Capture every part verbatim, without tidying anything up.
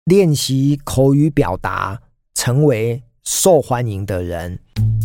练习口语表达，成为受欢迎的人。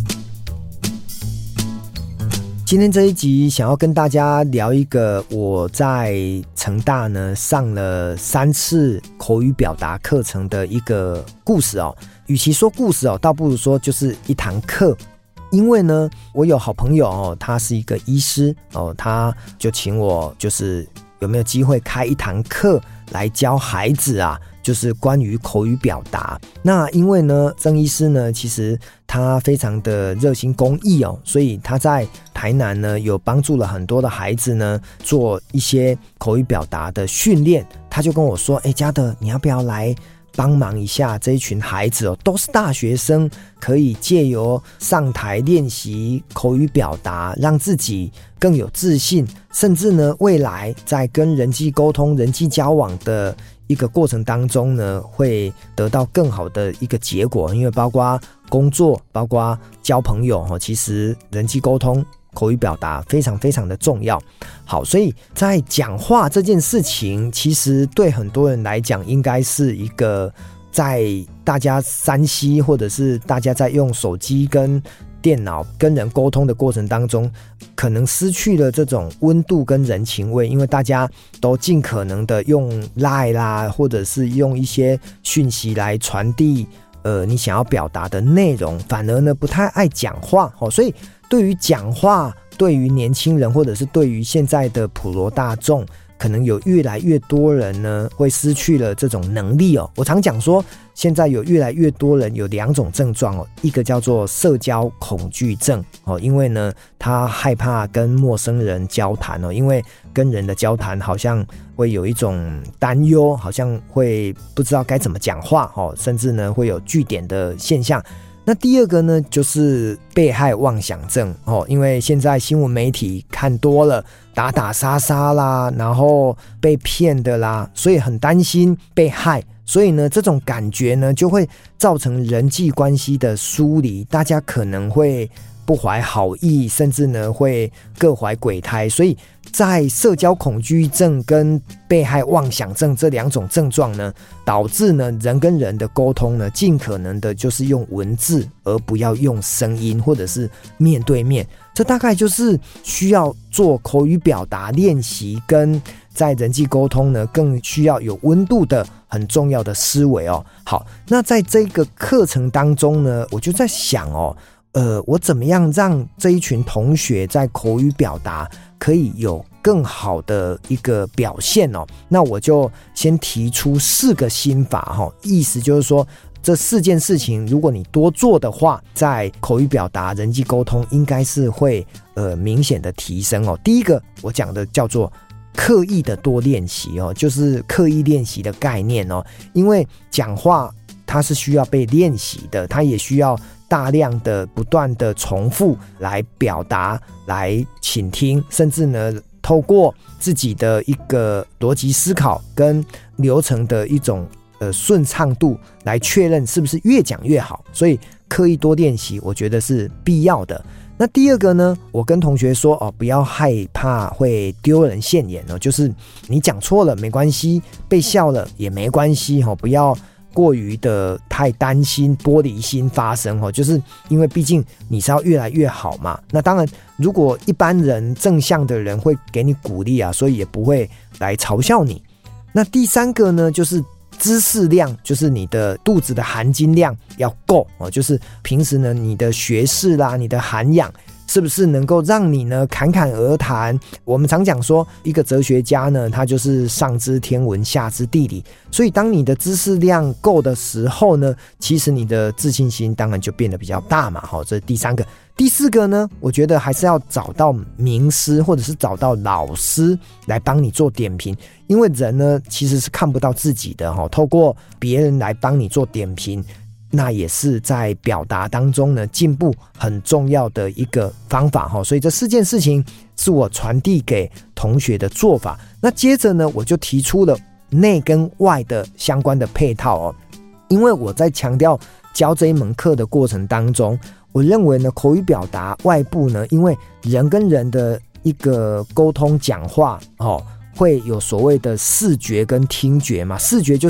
今天这一集想要跟大家聊一个我在成大呢上了三次口语表达课程的一个故事哦。与其说故事哦，倒不如说就是一堂课。因为呢，我有好朋友哦，他是一个医师哦，他就请我就是有没有机会开一堂课来教孩子啊，就是关于口语表达。那因为呢，曾医师呢，其实他非常的热心公益哦，所以他在台南呢有帮助了很多的孩子呢做一些口语表达的训练。他就跟我说：“哎，嘉德，你要不要来帮忙一下这一群孩子哦？都是大学生，可以借由上台练习口语表达，让自己更有自信，甚至呢，未来在跟人际沟通、人际交往的一个过程当中呢，会得到更好的一个结果。因为包括工作，包括交朋友，其实人际沟通、口语表达非常非常的重要。好，所以在讲话这件事情，其实对很多人来讲，应该是一个在大家三 C 或者是大家在用手机跟电脑跟人沟通的过程当中，可能失去了这种温度跟人情味，因为大家都尽可能的用 LINE 啦，或者是用一些讯息来传递呃你想要表达的内容，反而呢不太爱讲话。哦，所以对于讲话，对于年轻人或者是对于现在的普罗大众，可能有越来越多人呢会失去了这种能力哦。我常讲说，现在有越来越多人有两种症状哦，一个叫做社交恐惧症哦，因为呢他害怕跟陌生人交谈哦，因为跟人的交谈好像会有一种担忧，好像会不知道该怎么讲话哦，甚至呢会有句点的现象。那第二个呢，就是被害妄想症哦，因为现在新闻媒体看多了打打杀杀啦，然后被骗的啦，所以很担心被害，所以呢，这种感觉呢，就会造成人际关系的疏离，大家可能会不怀好意，甚至呢会各怀鬼胎。所以在社交恐惧症跟被害妄想症这两种症状呢，导致呢人跟人的沟通呢，尽可能的就是用文字，而不要用声音或者是面对面。这大概就是需要做口语表达练习，跟在人际沟通呢更需要有温度的很重要的思维哦。好，那在这个课程当中呢，我就在想哦，呃，我怎么样让这一群同学在口语表达可以有更好的一个表现哦？那我就先提出四个心法哈，意思就是说，这四件事情如果你多做的话，在口语表达、人际沟通应该是会呃明显的提升哦。第一个我讲的叫做刻意的多练习哦，就是刻意练习的概念哦，因为讲话它是需要被练习的，它也需要大量的不断的重复来表达，来倾听，甚至呢透过自己的一个逻辑思考跟流程的一种呃顺畅度来确认是不是越讲越好，所以刻意多练习我觉得是必要的。那第二个呢，我跟同学说哦，不要害怕会丢人现眼哦，就是你讲错了没关系，被笑了也没关系哦，不要过于的太担心玻璃心发生哦，就是因为毕竟你是要越来越好嘛。那当然，如果一般人正向的人会给你鼓励啊，所以也不会来嘲笑你。那第三个呢，就是知识量，就是你的肚子的含金量要够哦，就是平时呢你的学识啦，你的涵养是不是能够让你呢侃侃而谈？我们常讲说，一个哲学家呢，他就是上知天文，下知地理。所以当你的知识量够的时候呢，其实你的自信心当然就变得比较大嘛。好，这是第三个。第四个呢，我觉得还是要找到名师或者是找到老师来帮你做点评，因为人呢其实是看不到自己的，透过别人来帮你做点评，那也是在表达当中呢进步很重要的一个方法。所以这四件事情是我传递给同学的做法。那接着呢，我就提出了内跟外的相关的配套哦，因为我在强调教这一门课的过程当中，我认为呢，口语表达外部呢，因为人跟人的一个沟通讲话哦，会有所谓的视觉跟听觉嘛。视觉就是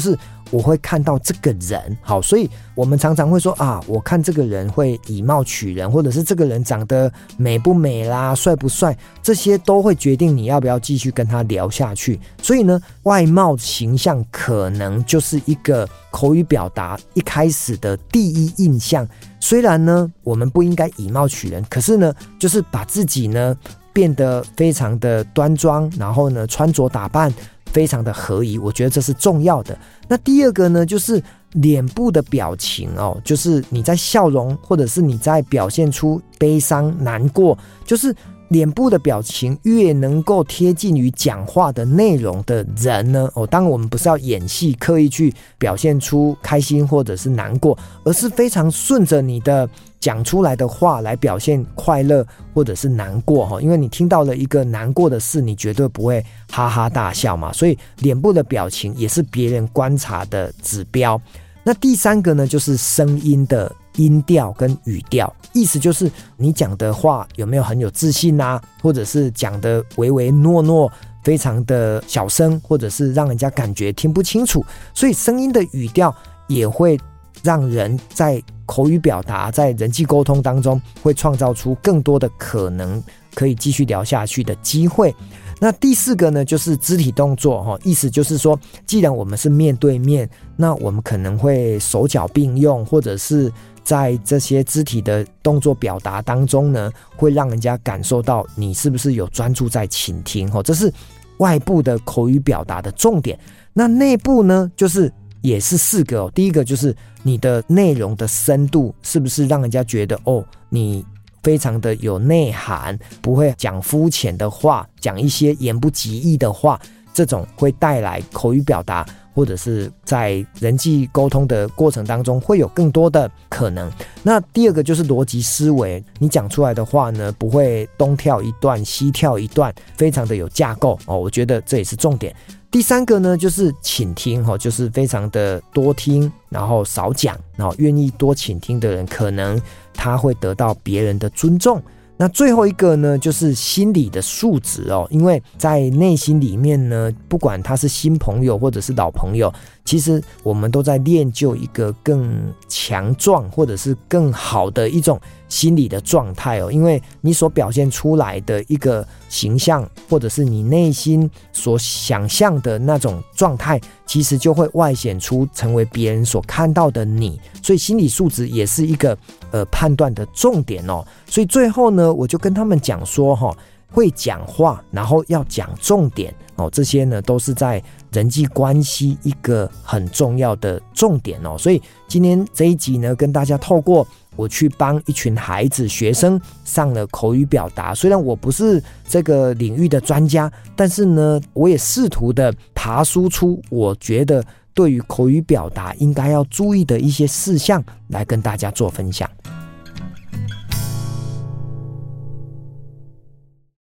我会看到这个人。好，所以我们常常会说啊，我看这个人会以貌取人，或者是这个人长得美不美啦，帅不帅，这些都会决定你要不要继续跟他聊下去。所以呢，外貌形象可能就是一个口语表达一开始的第一印象。虽然呢，我们不应该以貌取人，可是呢，就是把自己呢变得非常的端庄，然后呢，穿着打扮非常的合宜，我觉得这是重要的。那第二个呢，就是脸部的表情哦，就是你在笑容，或者是你在表现出悲伤、难过，就是脸部的表情越能够贴近于讲话的内容的人呢，哦，当然我们不是要演戏，刻意去表现出开心或者是难过，而是非常顺着你的讲出来的话来表现快乐或者是难过，因为你听到了一个难过的事，你绝对不会哈哈大笑嘛，所以脸部的表情也是别人观察的指标。那第三个呢，就是声音的音调跟语调，意思就是你讲的话有没有很有自信啊，或者是讲的唯唯诺诺，非常的小声，或者是让人家感觉听不清楚。所以声音的语调也会让人在口语表达，在人际沟通当中会创造出更多的可能可以继续聊下去的机会。那第四个呢，就是肢体动作，意思就是说，既然我们是面对面，那我们可能会手脚并用，或者是在这些肢体的动作表达当中呢，会让人家感受到你是不是有专注在倾听，这是外部的口语表达的重点。那内部呢，就是也是四个哦。第一个就是你的内容的深度是不是让人家觉得哦，你非常的有内涵，不会讲肤浅的话，讲一些言不及义的话，这种会带来口语表达或者是在人际沟通的过程当中会有更多的可能。那第二个就是逻辑思维，你讲出来的话呢，不会东跳一段西跳一段，非常的有架构哦，我觉得这也是重点。第三个呢，就是倾听，就是非常的多听，然后少讲，然后愿意多倾听的人，可能他会得到别人的尊重。那最后一个呢，就是心理的素质哦，因为在内心里面呢，不管他是新朋友或者是老朋友，其实我们都在练就一个更强壮或者是更好的一种心理的状态哦，因为你所表现出来的一个形象，或者是你内心所想象的那种状态，其实就会外显出成为别人所看到的你，所以心理素质也是一个呃判断的重点哦。所以最后呢，我就跟他们讲说哈、哦，会讲话，然后要讲重点哦，这些呢都是在人际关系一个很重要的重点哦。所以今天这一集呢，跟大家透过我去帮一群孩子学生上了口语表达，虽然我不是这个领域的专家，但是呢，我也试图的爬梳出我觉得对于口语表达应该要注意的一些事项来跟大家做分享。